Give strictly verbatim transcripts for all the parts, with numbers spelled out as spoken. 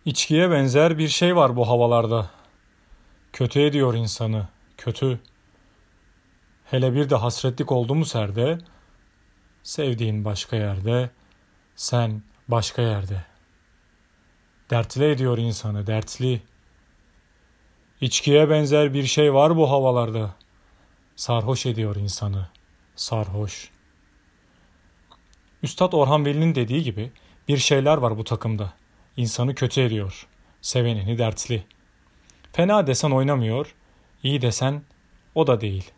İçkiye benzer bir şey var bu havalarda. Kötü ediyor insanı, kötü. Hele bir de hasretlik oldu mu serde, sevdiğin başka yerde, sen başka yerde. Dertli ediyor insanı, dertli. İçkiye benzer bir şey var bu havalarda. Sarhoş ediyor insanı, sarhoş. Üstad Orhan Veli'nin dediği gibi bir şeyler var bu takımda. İnsanı kötü ediyor, sevenini dertli. Fena desen oynamıyor, iyi desen o da değil.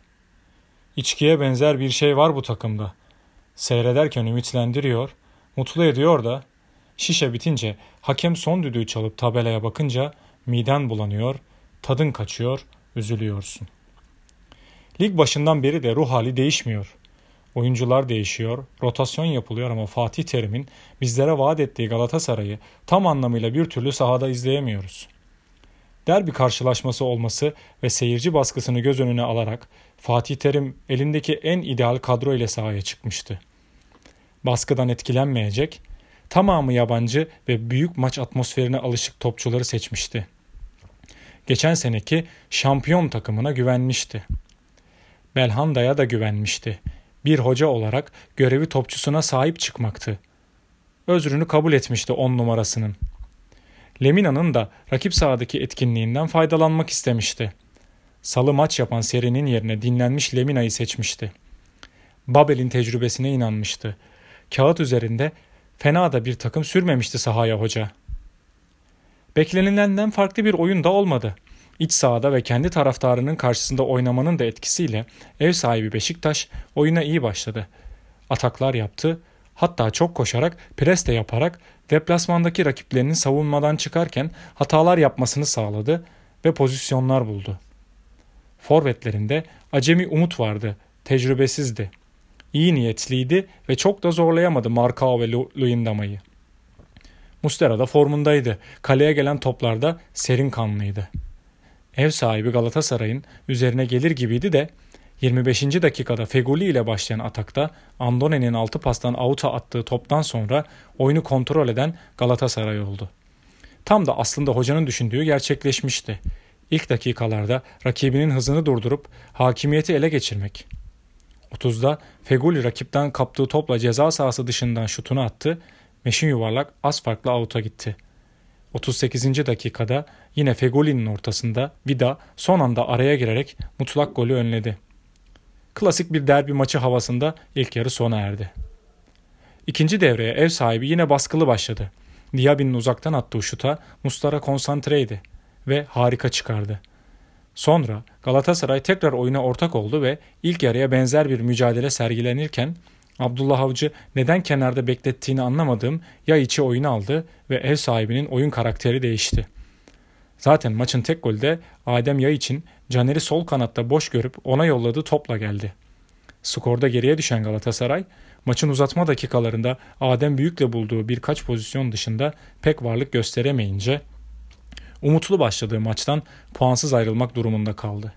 İçkiye benzer bir şey var bu takımda. Seyrederken ümitlendiriyor, mutlu ediyor da şişe bitince hakem son düdüğü çalıp tabelaya bakınca miden bulanıyor, tadın kaçıyor, üzülüyorsun. Lig başından beri de ruh hali değişmiyor. Oyuncular değişiyor, rotasyon yapılıyor ama Fatih Terim'in bizlere vaat ettiği Galatasaray'ı tam anlamıyla bir türlü sahada izleyemiyoruz. Derbi karşılaşması olması ve seyirci baskısını göz önüne alarak Fatih Terim elindeki en ideal kadro ile sahaya çıkmıştı. Baskıdan etkilenmeyecek, tamamı yabancı ve büyük maç atmosferine alışık topçuları seçmişti. Geçen seneki şampiyon takımına güvenmişti. Belhanda'ya da güvenmişti. Bir hoca olarak görevi topçusuna sahip çıkmaktı. Özrünü kabul etmişti on numarasının. Lemina'nın da rakip sahadaki etkinliğinden faydalanmak istemişti. Salı maç yapan serinin yerine dinlenmiş Lemina'yı seçmişti. Babel'in tecrübesine inanmıştı. Kağıt üzerinde fena da bir takım sürmemişti sahaya hoca. Beklenilenden farklı bir oyun da olmadı. İç sahada ve kendi taraftarının karşısında oynamanın da etkisiyle ev sahibi Beşiktaş oyuna iyi başladı. Ataklar yaptı, hatta çok koşarak, pres de yaparak deplasmandaki rakiplerinin savunmadan çıkarken hatalar yapmasını sağladı ve pozisyonlar buldu. Forvetlerinde acemi Umut vardı, tecrübesizdi. İyi niyetliydi ve çok da zorlayamadı Marcao ve Luyendama'yı. Muslera da formundaydı, kaleye gelen toplarda serin kanlıydı. Ev sahibi Galatasaray'ın üzerine gelir gibiydi de yirmi beşinci dakikada Feguli ile başlayan atakta Andone'nin altı pastan avuta attığı toptan sonra oyunu kontrol eden Galatasaray oldu. Tam da aslında hocanın düşündüğü gerçekleşmişti. İlk dakikalarda rakibinin hızını durdurup hakimiyeti ele geçirmek. otuzda Feguli rakipten kaptığı topla ceza sahası dışından şutunu attı, meşin yuvarlak az farklı avuta gitti. otuz sekizinci dakikada yine Feguli'nin ortasında Vida son anda araya girerek mutlak golü önledi. Klasik bir derbi maçı havasında ilk yarı sona erdi. İkinci devreye ev sahibi yine baskılı başladı. Diaby'nin uzaktan attığı şuta Muslera konsantreydi ve harika çıkardı. Sonra Galatasaray tekrar oyuna ortak oldu ve ilk yarıya benzer bir mücadele sergilenirken Abdullah Avcı neden kenarda beklettiğini anlamadığım Yay içi oyunu aldı ve ev sahibinin oyun karakteri değişti. Zaten maçın tek golü de Adem Yay için Caner'i sol kanatta boş görüp ona yolladığı topla geldi. Skorda geriye düşen Galatasaray, maçın uzatma dakikalarında Adem Büyük'le bulduğu birkaç pozisyon dışında pek varlık gösteremeyince umutlu başladığı maçtan puansız ayrılmak durumunda kaldı.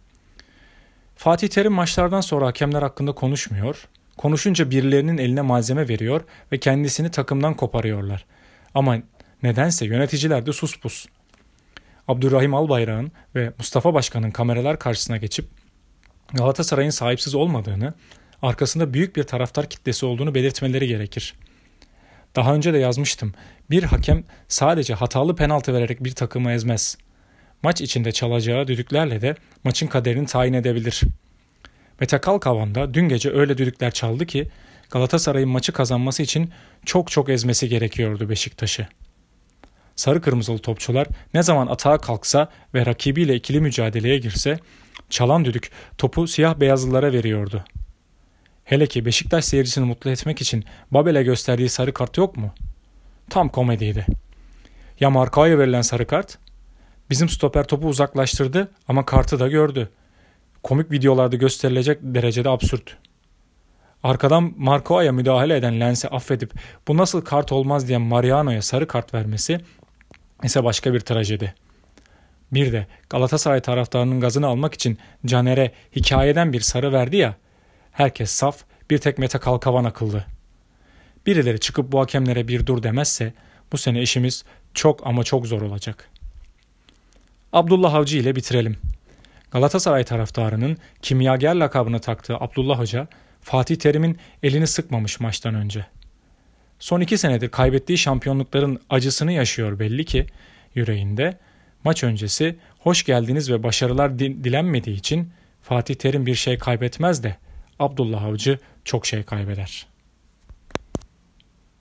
Fatih Terim maçlardan sonra hakemler hakkında konuşmuyor, konuşunca birilerinin eline malzeme veriyor ve kendisini takımdan koparıyorlar. Ama nedense yöneticiler de suspus. Abdurrahim Albayrak'ın ve Mustafa Başkan'ın kameralar karşısına geçip Galatasaray'ın sahipsiz olmadığını, arkasında büyük bir taraftar kitlesi olduğunu belirtmeleri gerekir. Daha önce de yazmıştım. Bir hakem sadece hatalı penaltı vererek bir takımı ezmez. Maç içinde çalacağı düdüklerle de maçın kaderini tayin edebilir. Mete Kalkavan da dün gece öyle düdükler çaldı ki Galatasaray'ın maçı kazanması için çok çok ezmesi gerekiyordu Beşiktaş'ı. Sarı kırmızılı topçular ne zaman atağa kalksa ve rakibiyle ikili mücadeleye girse çalan düdük topu siyah beyazlılara veriyordu. Hele ki Beşiktaş seyircisini mutlu etmek için Babel'e gösterdiği sarı kart yok mu? Tam komediydi. Ya Marcao'ya verilen sarı kart? Bizim stoper topu uzaklaştırdı ama kartı da gördü. Komik videolarda gösterilecek derecede absürt. Arkadan Marcao'ya müdahale eden Lens'i affedip bu nasıl kart olmaz diyen Mariano'ya sarı kart vermesi ise başka bir trajedi. Bir de Galatasaray taraftarının gazını almak için Caner'e hikayeden bir sarı verdi ya, herkes saf, bir tek Mete Kalkavan akıllı. Birileri çıkıp bu hakemlere bir dur demezse Bu sene işimiz çok ama çok zor olacak. Abdullah Avcı ile bitirelim. Galatasaray taraftarının kimyager lakabını taktığı Abdullah Hoca, Fatih Terim'in elini sıkmamış maçtan önce. Son iki senedir kaybettiği şampiyonlukların acısını yaşıyor belli ki yüreğinde. Maç öncesi hoş geldiniz ve başarılar dilenmediği için Fatih Terim bir şey kaybetmez de Abdullah Avcı çok şey kaybeder.